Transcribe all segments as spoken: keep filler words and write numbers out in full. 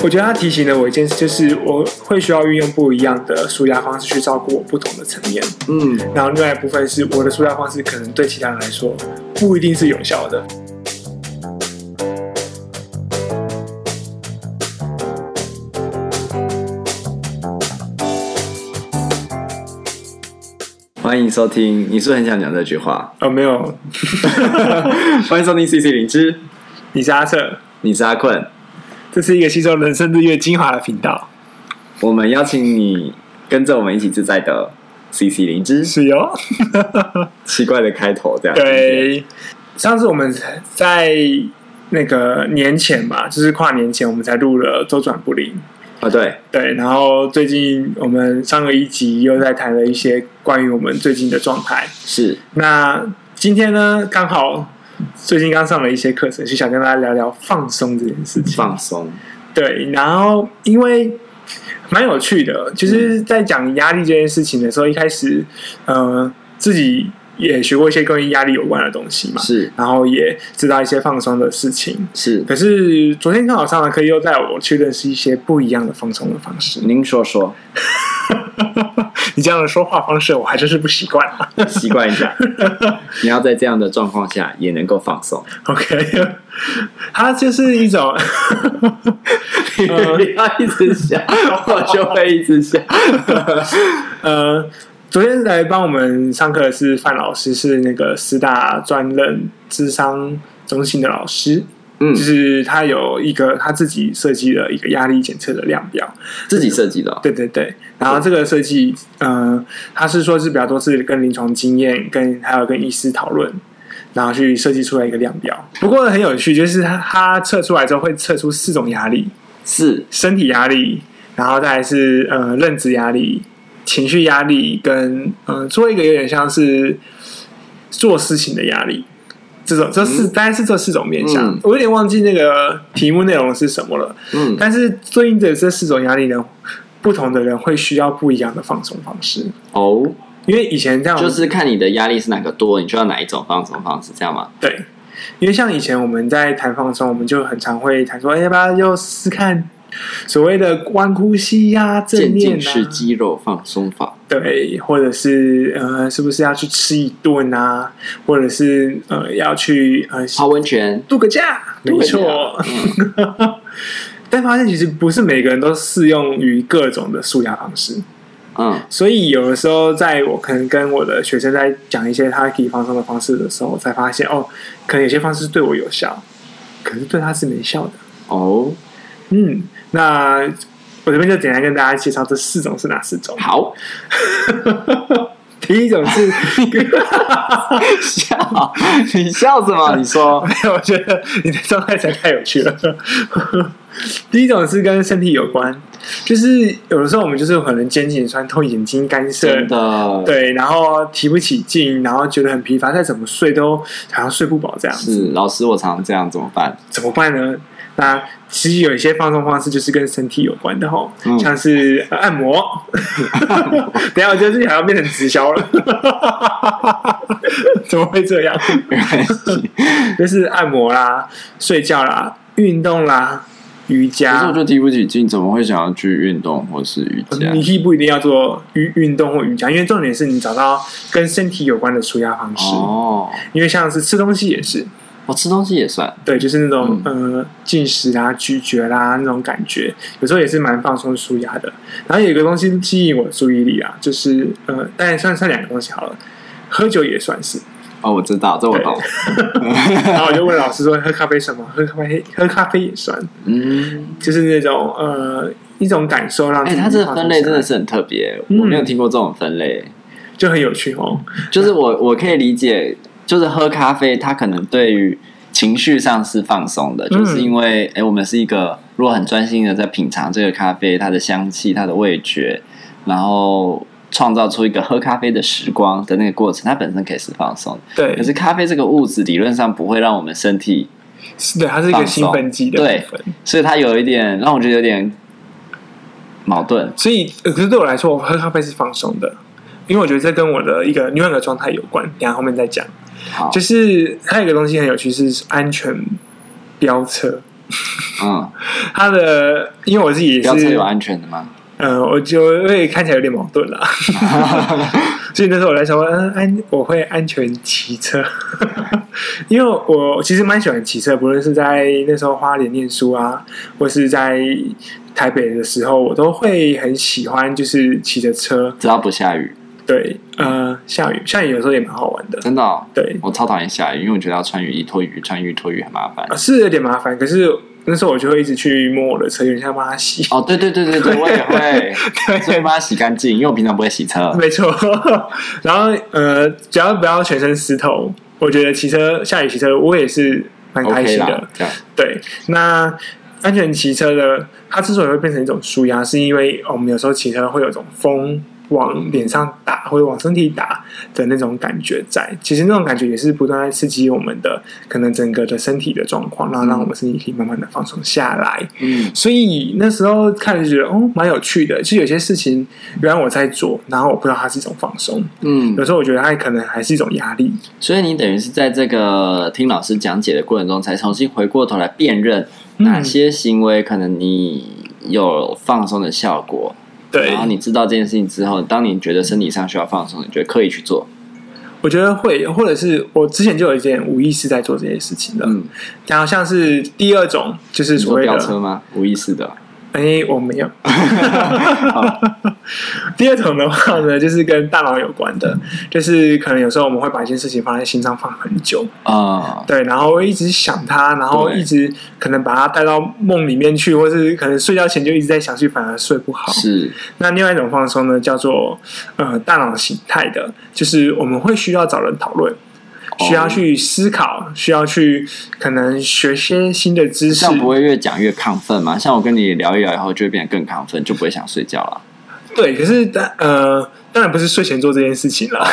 我觉得他提醒了我一件事，就是我会需要运用不一样的舒压方式去照顾我不同的层面。嗯，然后另外一部分是我的舒压方式可能对其他人来说不一定是有效的。 欢迎收听，你是不是很想讲这句话？ 哦，没有。 欢迎收听 C C 灵芝， 你是阿策， 你是阿困， 这是一个吸收人生日月精华的频道。 我们邀请你跟着我们一起自在的 C C 灵芝。 是哟。 奇怪的开头，这样。 对，上次我们在那个年前吧，就是跨年前，我们才录了周转不灵。 啊、哦，对对，然后最近我们上个一集又在谈了一些关于我们最近的状态。 是， 那今天呢，刚好最近刚上了一些课程，就想跟大家聊聊放松这件事情。 放松， 对，然后因为蛮有趣的，就是在讲压力这件事情的时候，一开始呃自己也学过一些跟压力有关的东西嘛， 是， 然后也知道一些放松的事情， 是。 可是昨天刚好上了课，又带我去认识一些不一样的放松的方式。 您说说。 你这样的说话方式，我还真是不习惯啊。 习惯一下，你要在这样的状况下也能够放松。 OK， 它就是一种， 你不要一直想，我就会一直想。 呃。昨天来帮我们上课的是范老师，是那个师大专任諮商中心的老师。嗯，就是他有一个他自己设计了一个压力检测的量表， 自己设计的、哦。 对对对，然后这个设计，呃，他是说是比较多是跟临床经验，跟还有跟医师讨论，然后去设计出来一个量表。不过很有趣，就是他他测出来之后会测出四种压力， 是身体压力，然后再来是呃认知压力。情绪压力跟呃，做一个有点像是做事情的压力，这种这四、嗯、大概是这四种面向、嗯。我有点忘记那个题目内容是什么了。嗯，但是对应的这四种压力呢，不同的人会需要不一样的放松方式。 哦， 因为以前这样就是看你的压力是哪个多，你就要哪一种放松方式，这样吗？ 对，因为像以前我们在谈放松，我们就很常会谈说，哎、欸，要不要就试试看？所谓的弯呼吸呀、啊、正念啊， 渐进式肌肉放松法， 对，或者是呃，是不是要去吃一顿啊？或者是呃，要去呃泡温泉、 度个假？没错。嗯、但发现其实不是每个人都适用于各种的舒压方式。嗯，所以有的时候，在我可能跟我的学生在讲一些他可以放松的方式的时候，才发现哦，可能有些方式对我有效，可是对他是没效的。哦。嗯，那我这边就简单跟大家介绍这四种是哪四种。 好， 第一种是笑，你笑什么？你说没有？我觉得你的状态才太有趣了。第一种是跟身体有关，就是有的时候我们就是可能肩颈酸痛、眼睛干涩， 真的对，然后提不起劲，然后觉得很疲乏，再怎么睡都好像睡不饱这样子。 是，老师，我常常这样，怎么办？ 怎么办呢？那其实有一些放松方式就是跟身体有关的齁、嗯，像是、呃、按摩。等一下，我觉得自己好像变成直销了。怎么会这样？ 没关系， 就是按摩啦、睡觉啦、运动啦、瑜伽。 可是我就提不起劲，怎么会想要去运动或是瑜伽？ 你可以不一定要做运运动或瑜伽，因为重点是你找到跟身体有关的舒压方式。哦，因为像是吃东西也是。 哦，吃东西也算， 对，就是那种、嗯、呃进食啦、咀嚼啦那种感觉，有时候也是蛮放松舒压的。然后有一个东西吸引我的注意力啊，就是呃，当然算算两个东西好了，喝酒也算是。 哦，我知道，这我懂。 然后我就问老师说，喝咖啡什么？喝咖啡，喝咖啡也算。嗯，就是那种呃一种感受让。哎、 欸，它这个分类真的是很特别、嗯，我没有听过这种分类， 就很有趣哦。 就是我我可以理解。就是喝咖啡，它可能对于情绪上是放松的，嗯、就是因为哎、欸，我们是一个如果很专心的在品尝这个咖啡，它的香气、它的味觉，然后创造出一个喝咖啡的时光的那个过程，它本身可以是放松。 对。 可是咖啡这个物质理论上不会让我们身体， 对，它是一个兴奋剂的部分， 对，所以它有一点让我觉得有点矛盾。 所以，可是对我来说，我喝咖啡是放松的，因为我觉得这跟我的一个另外一个状态有关，等一下后面再讲。就是还有一个东西很有趣，是安全飙车。 嗯，它的因为我自己也是飙车有安全的吗？ 呃，我就会看起来有点矛盾啦，所以那时候我来说，嗯，安我会安全骑车，因为我其实蛮喜欢骑车，不论是在那时候花莲念书啊，或是在台北的时候，我都会很喜欢就是骑着车， 只要不下雨。 对，呃，下雨下雨有时候也蛮好玩的， 真的、哦。 对， 我超讨厌下雨，因为我觉得要穿雨衣脱雨，穿雨衣脱雨很麻烦、 啊，是有点麻烦，可是。那时候我就会一直去摸我的车，有点像帮它洗。 哦，对对对对对，我也会，所以帮它洗干净，因为我平常不会洗车。 没错，然后呃，只要不要全身湿透，我觉得骑车下雨骑车我也是蛮开心的。 Okay 对，那安全骑车的，它之所以会变成一种舒压，是因为我们有时候骑车会有一种风往脸上打或者往身体打的那种感觉在，其实那种感觉也是不断在刺激我们的可能整个的身体的状况，然后让我们身体可以慢慢的放松下来。嗯，所以那时候看就觉得哦蛮有趣的，其实有些事情原来我在做，然后我不知道它是一种放松。嗯，有时候我觉得它可能还是一种压力。 所以你等于是在这个听老师讲解的过程中，才重新回过头来辨认哪些行为可能你有放松的效果。 对， 然后你知道这件事情之后，当你觉得身体上需要放松，你觉得刻意去做。 我觉得会，或者是我之前就有一件无意识在做这件事情的。嗯，然后像是第二种，就是所谓的飙车吗？无意识的。 哎，我没有。第二种的话呢，就是跟大脑有关的，就是可能有时候我们会把一件事情放在心上放很久啊、嗯，对，然后会一直想它，然后一直可能把它带到梦里面去，或是可能睡觉前就一直在想去，反而睡不好。 是。 那另外一种放松呢，叫做呃大脑形态的，就是我们会需要找人讨论。需要去思考，需要去可能学些新的知识， 这样不会越讲越亢奋吗？像我跟你聊一聊以后，就会变得更亢奋，就不会想睡觉了。 对，可是呃，当然不是睡前做这件事情啦。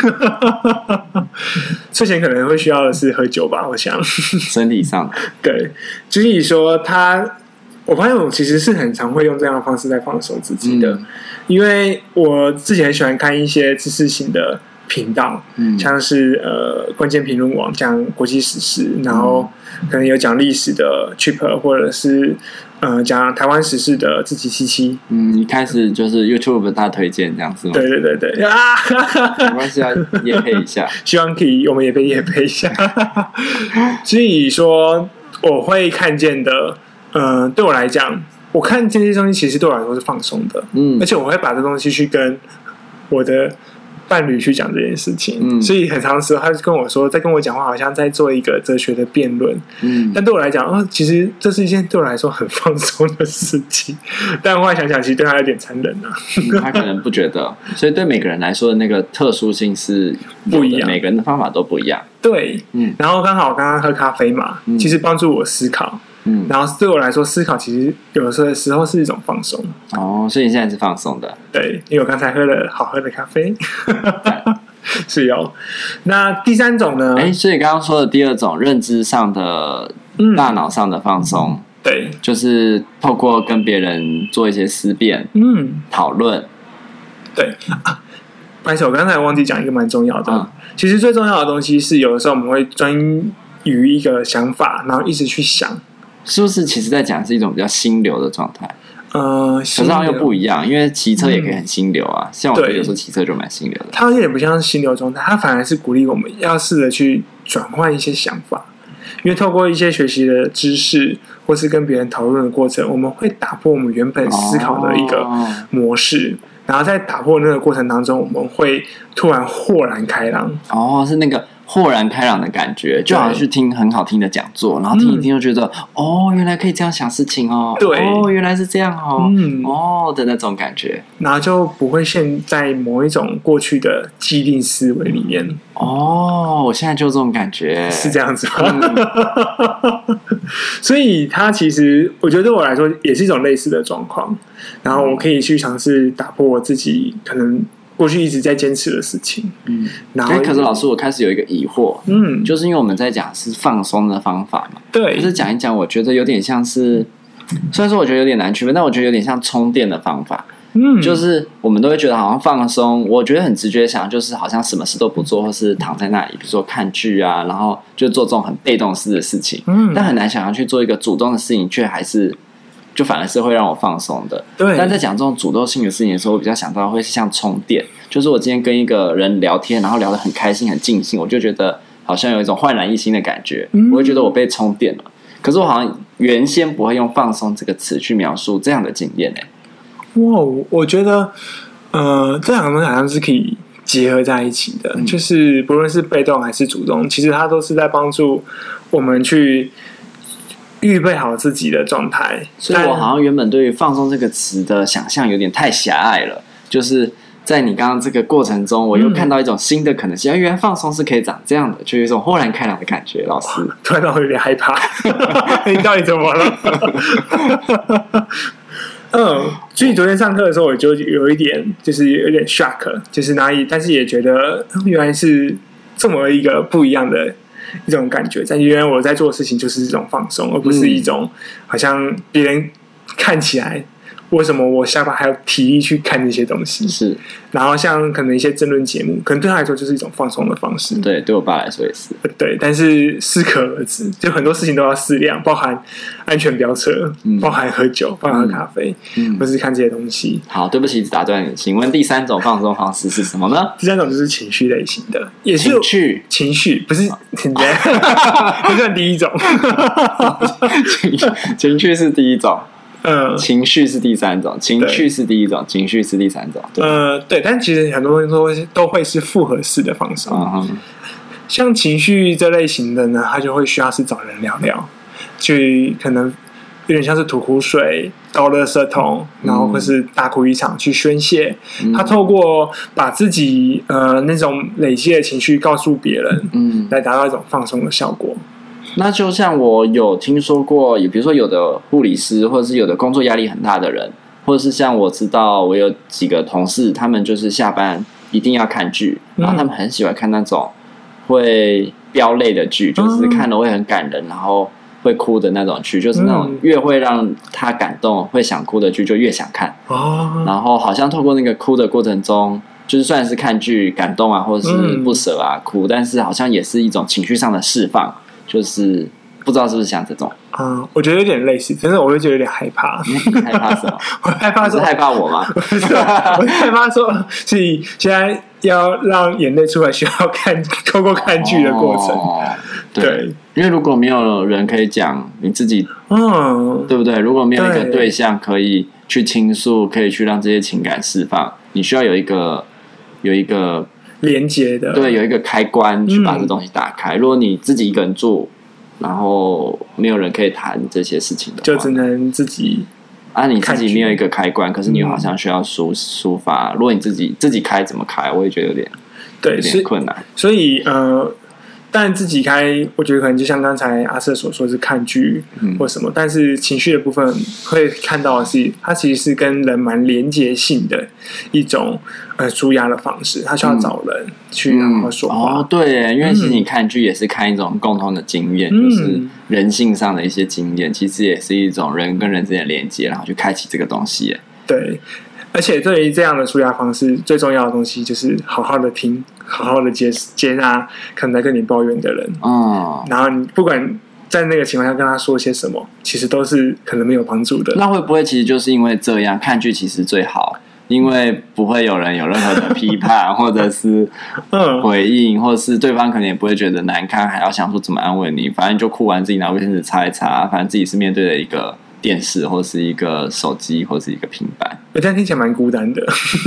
睡前可能会需要的是喝酒吧，我想。 身体上的。 对，所以说他，我发现我其实是很常会用这样的方式在放松自己的，嗯、因为我自己很喜欢看一些知识型的频道，嗯，像是呃关键评论网讲国际时事，然后可能有讲历史的 Chipper， 或者是呃讲台湾时事的自己七七。 嗯，一开始就是 YouTube 大推荐这样子吗？ 对对对对啊， 没关系啊，业配一下， 希望可以我们也被业配一下。所以说我会看见的，呃，对我来讲，我看这些东西其实对我来说是放松的，嗯，而且我会把这东西去跟我的伴侣去讲这件事情，嗯，所以很长时候他就跟我说，在跟我讲话，好像在做一个哲学的辩论，嗯，但对我来讲，哦，其实这是一件对我来说很放松的事情，但后来想想，其实对他有点残忍啊、 嗯，他可能不觉得，所以对每个人来说的那个特殊性是不一样， 每个人的方法都不一样， 对，嗯，然后刚好刚刚喝咖啡嘛，嗯、其实帮助我思考。嗯，然后对我来说，思考其实有的时候是一种放松。 哦，所以你现在是放松的。 对，因为我刚才喝了好喝的咖啡。是有。那第三种呢？ 哎，所以刚刚说的第二种认知上的、嗯、大脑上的放松， 对， 就是透过跟别人做一些思辨、嗯，讨论。 对啊，不好意思，我刚才忘记讲一个蛮重要的。嗯、其实最重要的东西是，有的时候我们会专于一个想法，然后一直去想。 是不是其实在讲是一种比较心流的状态？ 呃，可是好像又不一样，因为骑车也可以很心流啊。嗯、像我觉得有时候骑车就蛮心流的。 它有点不像是心流状态，它反而是鼓励我们要试着去转换一些想法，因为透过一些学习的知识，或是跟别人讨论的过程，我们会打破我们原本思考的一个模式。哦，然后在打破那个过程当中，我们会突然豁然开朗。 哦，是那个豁然开朗的感觉，就好像去听很好听的讲座，然后听一听就觉得，嗯、哦，原来可以这样想事情哦， 对， 哦，原来是这样哦，嗯，哦的那种感觉， 然后就不会陷在某一种过去的既定思维里面。 哦，我现在就这种感觉， 是这样子吗？嗯、所以它其实我觉得对我来说也是一种类似的状况，然后我可以去尝试打破我自己可能过去一直在坚持的事情，嗯，然后可是老师，我开始有一个疑惑，嗯，就是因为我们在讲是放松的方法嘛， 对， 可是讲一讲，我觉得有点像是，虽然说我觉得有点难区分，但我觉得有点像充电的方法， 嗯，就是我们都会觉得好像放松，我觉得很直觉想就是好像什么事都不做，或是躺在那里，比如说看剧啊，然后就做这种很被动式的事情，嗯，但很难想要去做一个主动的事情，却还是就反而是会让我放松的。对，但在讲这种主动性的事情的时候，我比较想到会是像充电，就是我今天跟一个人聊天，然后聊得很开心、很尽兴，我就觉得好像有一种焕然一新的感觉，嗯，我会觉得我被充电了。可是我好像原先不会用放松这个词去描述这样的经验、欸、 哇，我觉得呃，这两个东西好像是可以结合在一起的、嗯、就是不论是被动还是主动，其实它都是在帮助我们去预备好自己的状态。 所以我好像原本对于放松这个词的想象有点太狭隘了，就是在你刚刚这个过程中，我又看到一种新的可能性，嗯、原来放松是可以长这样的，就有一种豁然开朗的感觉。老师， 突然让我有点害怕，你到底怎么了？嗯，所以昨天上课的时候，我就有一点，就是有点 shock， 就是哪里，但是也觉得原来是这么一个不一样的一种感觉。但原来我在做的事情就是这种放松，而不是一种好像别人看起来。为什么我下班还有体力去看这些东西？是，然后像可能一些争论节目，可能对他来说就是一种放松的方式。 对，对我爸来说也是。 对，但是适可而止，就很多事情都要适量，包含安全飙车，嗯、包含喝酒，包含喝咖啡，嗯、或是看这些东西。 好，对不起，打断你。请问第三种放松方式是什么呢？ 第三种就是情绪类型的，也是情绪， 情绪不是，不是第一种。 情绪，情绪是第一种。 嗯， 情绪是第三种，情绪是第一种，情绪是第三种。对呃，对，但其实很多人都会都会是复合式的放松。嗯、像情绪这类型的呢，它就会需要是找人聊聊，去可能有点像是吐苦水、倒垃圾桶，然后或是大哭一场去宣泄。嗯、他透过把自己呃那种累积的情绪告诉别人，嗯，来达到一种放松的效果。 那就像我有听说过，也比如说有的护理师，或者是有的工作压力很大的人，或者是像我知道我有几个同事，他们就是下班一定要看剧，然后他们很喜欢看那种会飙泪的剧，就是看了会很感人，然后会哭的那种剧，就是那种越会让他感动、会想哭的剧就越想看。然后好像透过那个哭的过程中，就是虽然是看剧感动啊，或者是不舍啊哭，但是好像也是一种情绪上的释放。就是不知道是不是像这种， 嗯，我觉得有点类似，但是我会觉得有点害怕。 害怕什么？ 我害怕说， 是害怕我吗？ 我害怕说，所以现在要让眼泪出来，需要看透过看剧的过程。哦、 对, 对，因为如果没有人可以讲你自己，嗯，对不对？如果没有一个对象可以去倾诉，可以去让这些情感释放，你需要有一个有一个。 连接的， 对，有一个开关去把这东西打开。嗯、如果你自己一个人做，然后没有人可以谈这些事情的话， 就只能自己啊，你自己没有一个开关，可是你好像需要抒抒发。如果你自己自己开怎么开，我也觉得有点对， 有点困难。 所以呃，但自己开，我觉得可能就像刚才阿瑟所说是看剧或什么，嗯、但是情绪的部分会看到的是，它其实是跟人蛮连结性的一种呃抒压的方式，它需要找人去然后说话。 嗯、哦，对，因为其实你看剧也是看一种共同的经验，嗯、就是人性上的一些经验，其实也是一种人跟人之间的连接，然后去开启这个东西。 对。而且对于这样的抒压方式，最重要的东西就是好好的听，好好的接接纳可能在跟你抱怨的人。哦，然后你不管在那个情况下跟他说些什么，其实都是可能没有帮助的。 那会不会其实就是因为这样，看剧其实最好，因为不会有人有任何的批判，或者是回应，或者是对方可能也不会觉得难堪，还要想说怎么安慰你，反正就哭完自己拿卫生纸擦一擦，反正自己是面对的一个电视或是一个手机或是一个平板， 我这样听起来蛮孤单的。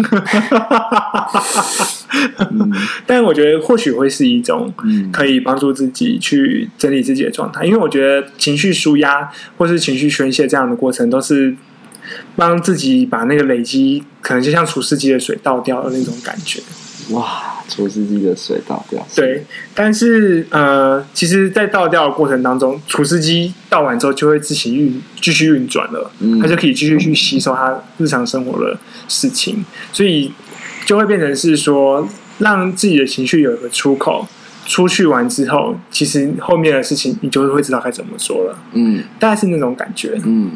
嗯、但我觉得或许会是一种可以帮助自己去整理自己的状态，因为我觉得情绪抒压或是情绪宣泄这样的过程，都是帮自己把那个累积，可能就像除湿机的水倒掉的那种感觉。 哇，除湿机的水倒掉。 对，但是呃，其实，在倒掉的过程当中，除湿机倒完之后就会自己运继续运转了，嗯、它就可以继续去吸收它日常生活的事情，所以就会变成是说，让自己的情绪有一个出口。出去完之后，其实后面的事情你就会知道该怎么说了。嗯，大概是那种感觉。嗯，只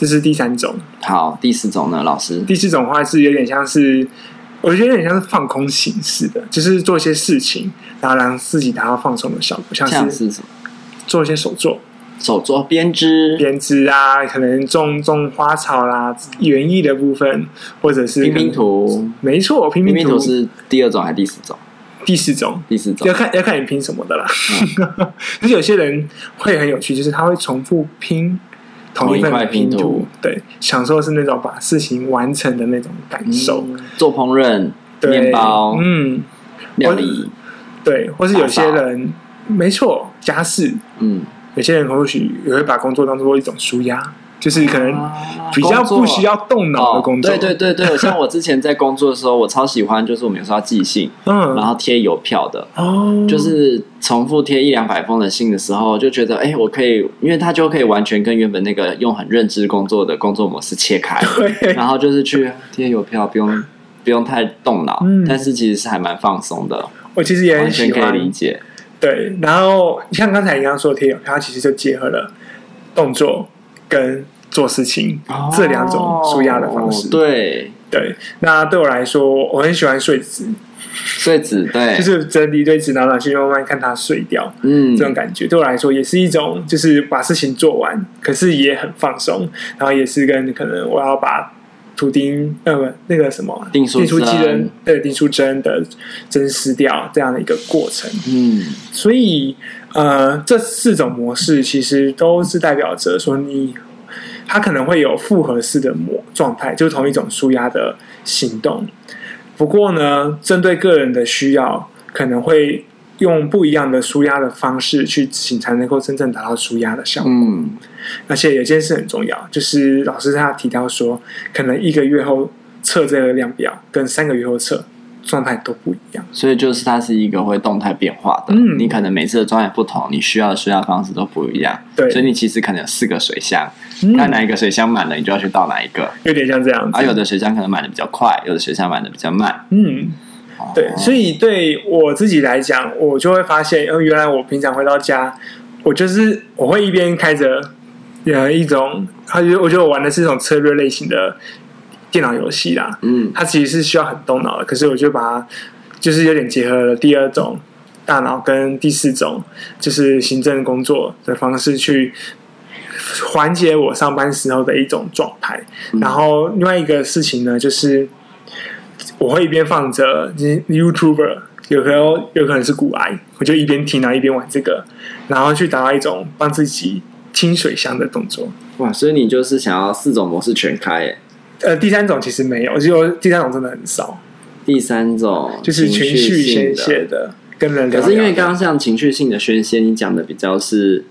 这是第三种。 好，第四种呢，老师？ 第四种的话是有点像是，我觉得有点像是放空形式的，就是做一些事情，然后让自己达到放松的效果，像是, 像是什么？ 做一些手作。 手作编织， 编织啊，可能种种花草啦，园艺的部分，或者是拼拼图。 没错，拼拼拼图是第二种还是第四种？ 第四种， 第四种要看要看你拼什么的啦。嗯、就是有些人会很有趣，就是他会重复拼同一份拼图，图对，享受是那种把事情完成的那种感受。 嗯、做烹饪、面包， 嗯， 料理， 对，或是有些人，没错，家事，嗯。有些人或许也会把工作当作一种抒压，就是可能比较不需要动脑的工作。 哦、对对对对，像我之前在工作的时候，我超喜欢，就是我们有时候要寄信，嗯，然后贴邮票的，哦，就是重复贴一两百封的信的时候，就觉得哎，我可以，因为它就可以完全跟原本那个用很认知工作的工作模式切开，然后就是去贴邮票，不用不用太动脑，嗯，但是其实是还蛮放松的。 我其实也很喜欢， 完全可以理解。 对，然后像刚才你刚刚说的贴邮票，它其实就结合了动作跟做事情、哦、这两种抒压的方式。 对对，那对我来说，我很喜欢睡纸， 睡纸对， 就是整理一堆纸，然后去慢慢看它碎掉，嗯，这种感觉对我来说也是一种，就是把事情做完，可是也很放松，然后也是跟可能我要把。图钉呃那个什么订书针对订书针的针撕掉这样的一个过程，嗯，所以呃这四种模式其实都是代表着说你它可能会有复合式的模状态，就是同一种抒压的行动。不过呢，针对个人的需要，可能会用不一样的抒压的方式去执行，才能够真正达到抒压的效果。嗯，而且有件事很重要，就是老师他提到说，可能一个月后测这个量表，跟三个月后测状态都不一样。 所以就是它是一个会动态变化的，嗯，你可能每次的状态不同，你需要的抒压方式都不一样。对，所以你其实可能有四个水箱，看、嗯、哪一个水箱满了，你就要去倒哪一个， 有点像这样子。 而、啊、有的水箱可能满的比较快，有的水箱满的比较慢。嗯。 对，所以对我自己来讲，我就会发现，哦，原来我平常回到家，我就是我会一边开着呃一种，他觉得我觉得我玩的是一种策略类型的电脑游戏啦，嗯，它其实是需要很动脑的，可是我就把它就是有点结合了第二种大脑跟第四种就是行政工作的方式去缓解我上班时候的一种状态，嗯，然后另外一个事情呢，就是我会一边放着 YouTuber， 有可能有可能是股癌，我就一边听，然后一边玩这个，然后去达到一种帮自己清水箱的动作。 哇，所以你就是想要四种模式全开耶？ 呃，第三种其实没有，就第三种真的很少。 第三种就是情绪宣泄的，跟人聊聊。 可是因为刚刚像情绪性的宣泄，你讲的比较是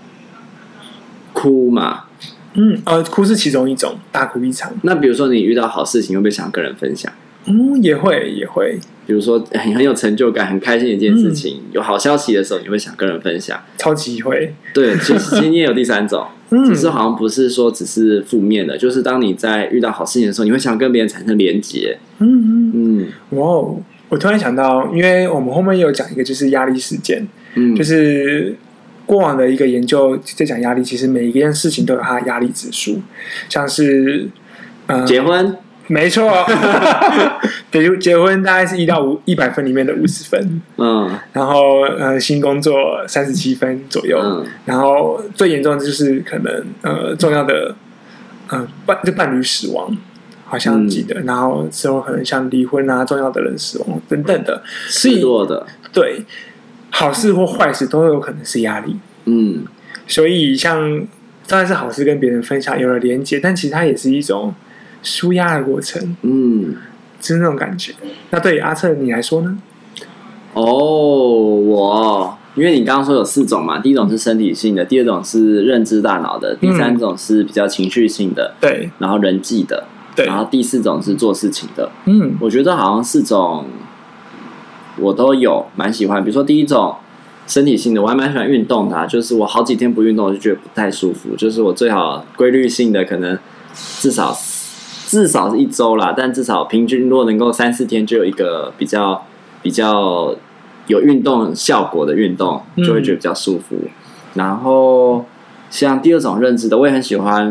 哭嘛？ 嗯，呃，哭是其中一种，大哭一场。 那比如说你遇到好事情，会不会想跟人分享？ 嗯，也会也会。 比如说很很有成就感、很开心的一件事情，嗯，有好消息的时候，你会想跟人分享。 超级会。对， 其实今天也有第三种，嗯，只是好像不是说只是负面的，就是当你在遇到好事情的时候，你会想跟别人产生连结。嗯嗯嗯。哇哦！我突然想到，因为我们后面也有讲一个就是压力事件，嗯，就是过往的一个研究在讲压力，其实每一件事情都有它的压力指数，像是呃结婚。 没错，比如结婚大概是一到五一百分里面的五十分，嗯，然后呃新工作三十七分左右，嗯，然后最严重的就是可能呃重要的呃伴就伴侣死亡，好像记得，嗯，然后之后可能像离婚啊，重要的人死亡等等的， 失落的， 对，好事或坏事都有可能是压力，嗯，所以像当然是好事跟别人分享有了连结，但其实它也是一种抒压的过程，嗯，就是那种感觉。那对于阿策你来说呢？ 哦，我因为你刚刚说有四种嘛，第一种是身体性的，第二种是认知大脑的，第三种是比较情绪性的，对，嗯，然后人际的，对，然后第四种是做事情的。嗯，我觉得好像四种我都有蛮喜欢。比如说第一种身体性的，我还蛮喜欢运动的，啊，就是我好几天不运动我就觉得不太舒服，就是我最好规律性的可能至少。至少是一周啦，但至少平均如果能够三四天就有一个比较比较有运动效果的运动，就会觉得比较舒服。嗯，然后像第二种认知的，我也很喜欢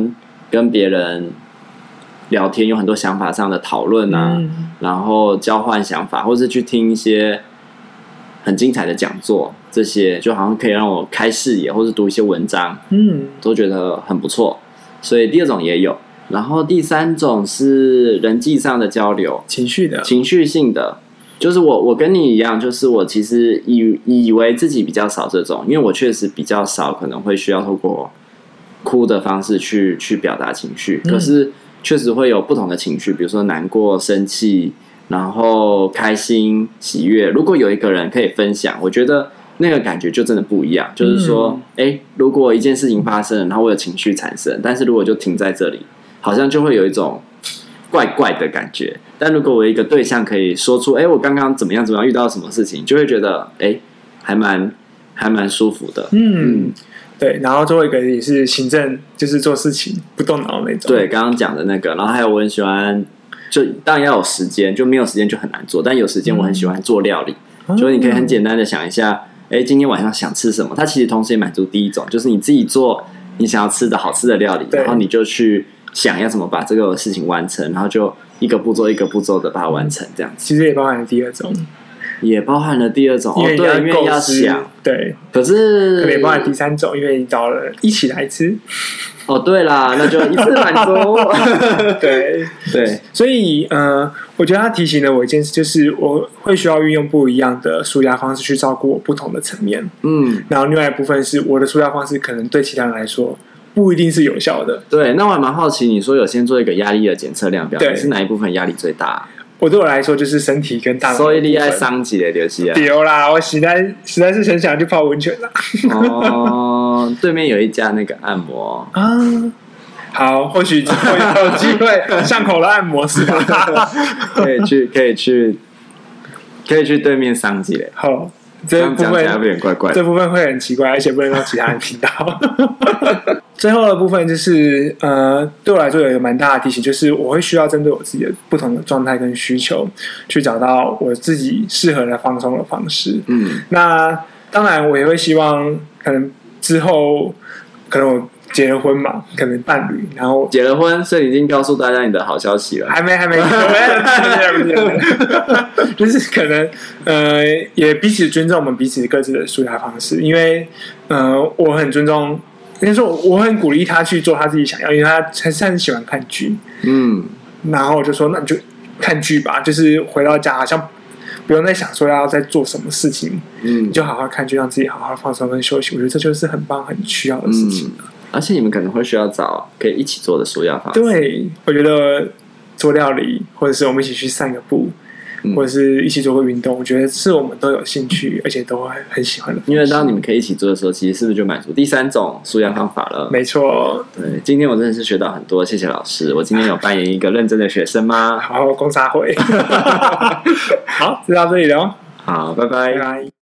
跟别人聊天，有很多想法上的讨论啊、嗯，然后交换想法，或是去听一些很精彩的讲座，这些就好像可以让我开视野，或是读一些文章，嗯，都觉得很不错。所以第二种也有，然后第三种是人际上的交流， 情绪的、 情绪性的。就是我，我跟你一样，就是我其实以以为自己比较少这种，因为我确实比较少，可能会需要透过哭的方式去去表达情绪。可是确实会有不同的情绪，比如说难过、生气，然后开心、喜悦。如果有一个人可以分享，我觉得那个感觉就真的不一样。就是说，哎、欸，如果一件事情发生了，然后我有情绪产生，但是如果就停在这里，好像就会有一种怪怪的感觉。但如果我有一个对象可以说出，哎、欸，我刚刚怎么样怎么样遇到什么事情，就会觉得，哎、欸，还蛮还蛮舒服的。 嗯，嗯对。然后最后一个也是行政，就是做事情不动脑那种。 对，刚刚讲的那个。然后还有我很喜欢，就当然要有时间，就没有时间就很难做。但有时间我很喜欢做料理，嗯、就是你可以很简单的想一下，哎、欸，今天晚上想吃什么？它其实同时也满足第一种，就是你自己做你想要吃的好吃的料理，然后你就去想要怎么把这个事情完成，然后就一个步骤一个步骤的把它完成，这样子。 其实也包含了第二种， 也包含了第二种， 因为哦、对，因为要想， 对。 可是可能也包含第三种，因为你找了一起来吃。 哦，对啦，那就一次满足。 对对，所以呃，我觉得他提醒了我一件事，就是我会需要运用不一样的抒压方式去照顾我不同的层面。嗯，然后另外一部分是我的抒压方式，可能对其他人来说不一定是有效的。 对，那我还蛮好奇，你说有先做一个压力的检测量表，你是哪一部分压力最大？ 我对我来说就是身体跟大脑。 所以你爱伤几的就是啊？ 丢啦，我实在实在是很想去泡温泉啦。 哦，对面有一家那个按摩啊， 好，或许会有机会巷口的按摩是吧？ 可以去，可以去，可以去对面伤几嘞。 好。这部分有点怪怪的， 这部分会很奇怪，而且不能让其他人听到。最后的部分就是，呃，对我来说有一个蛮大的提醒，就是我会需要针对我自己的不同的状态跟需求，去找到我自己适合的放松的方式。嗯，那当然我也会希望，可能之后可能我结了婚嘛，可能伴侣，然后结了婚，所以已经告诉大家你的好消息了。 还没，还没，就是可能呃，也彼此尊重我们彼此各自的抒压方式，因为呃，我很尊重，应该说我很鼓励他去做他自己想要，因为他他是很喜欢看剧，嗯，然后我就说那你就看剧吧，就是回到家好像不用再想说要在做什么事情，嗯，你就好好看剧，让自己好好放松跟休息。我觉得这就是很棒、很需要的事情。嗯， 而且你们可能会需要找可以一起做的抒压方式。 对，我觉得做料理，或者是我们一起去散个步，嗯，或者是一起做个运动，我觉得是我们都有兴趣，而且都会很喜欢的。 因为当你们可以一起做的时候，其实是不是就满足第三种抒压方法了？ 没错。 对，今天我真的是学到很多，谢谢老师。我今天有扮演一个认真的学生吗？ 好，公差会。好，就到这里了。 好，拜拜。 拜拜。